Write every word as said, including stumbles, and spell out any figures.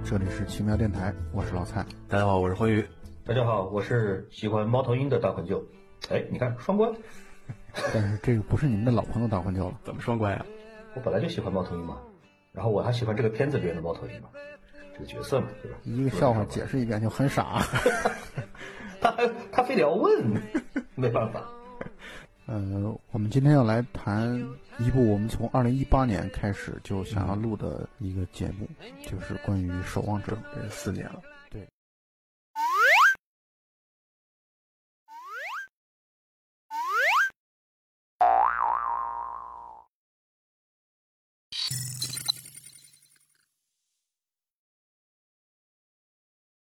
这里是奇妙电台，我是老蔡。 大家好，我是辉宇。 大家好，我是喜欢猫头鹰的大混舅。哎，你看双关。 但是这个不是你们的老朋友大混舅了， 怎么双关呀？ 我本来就喜欢猫头鹰嘛，然后我还喜欢这个片子里面的猫头鹰嘛，这个角色嘛，对吧？ 一个笑话解释一遍就很傻。 他还他非得要问，没办法。 呃，我们今天要来谈一部我们从二零一八年开始就想要录的一个节目，就是关于《守望者》。 这四年了。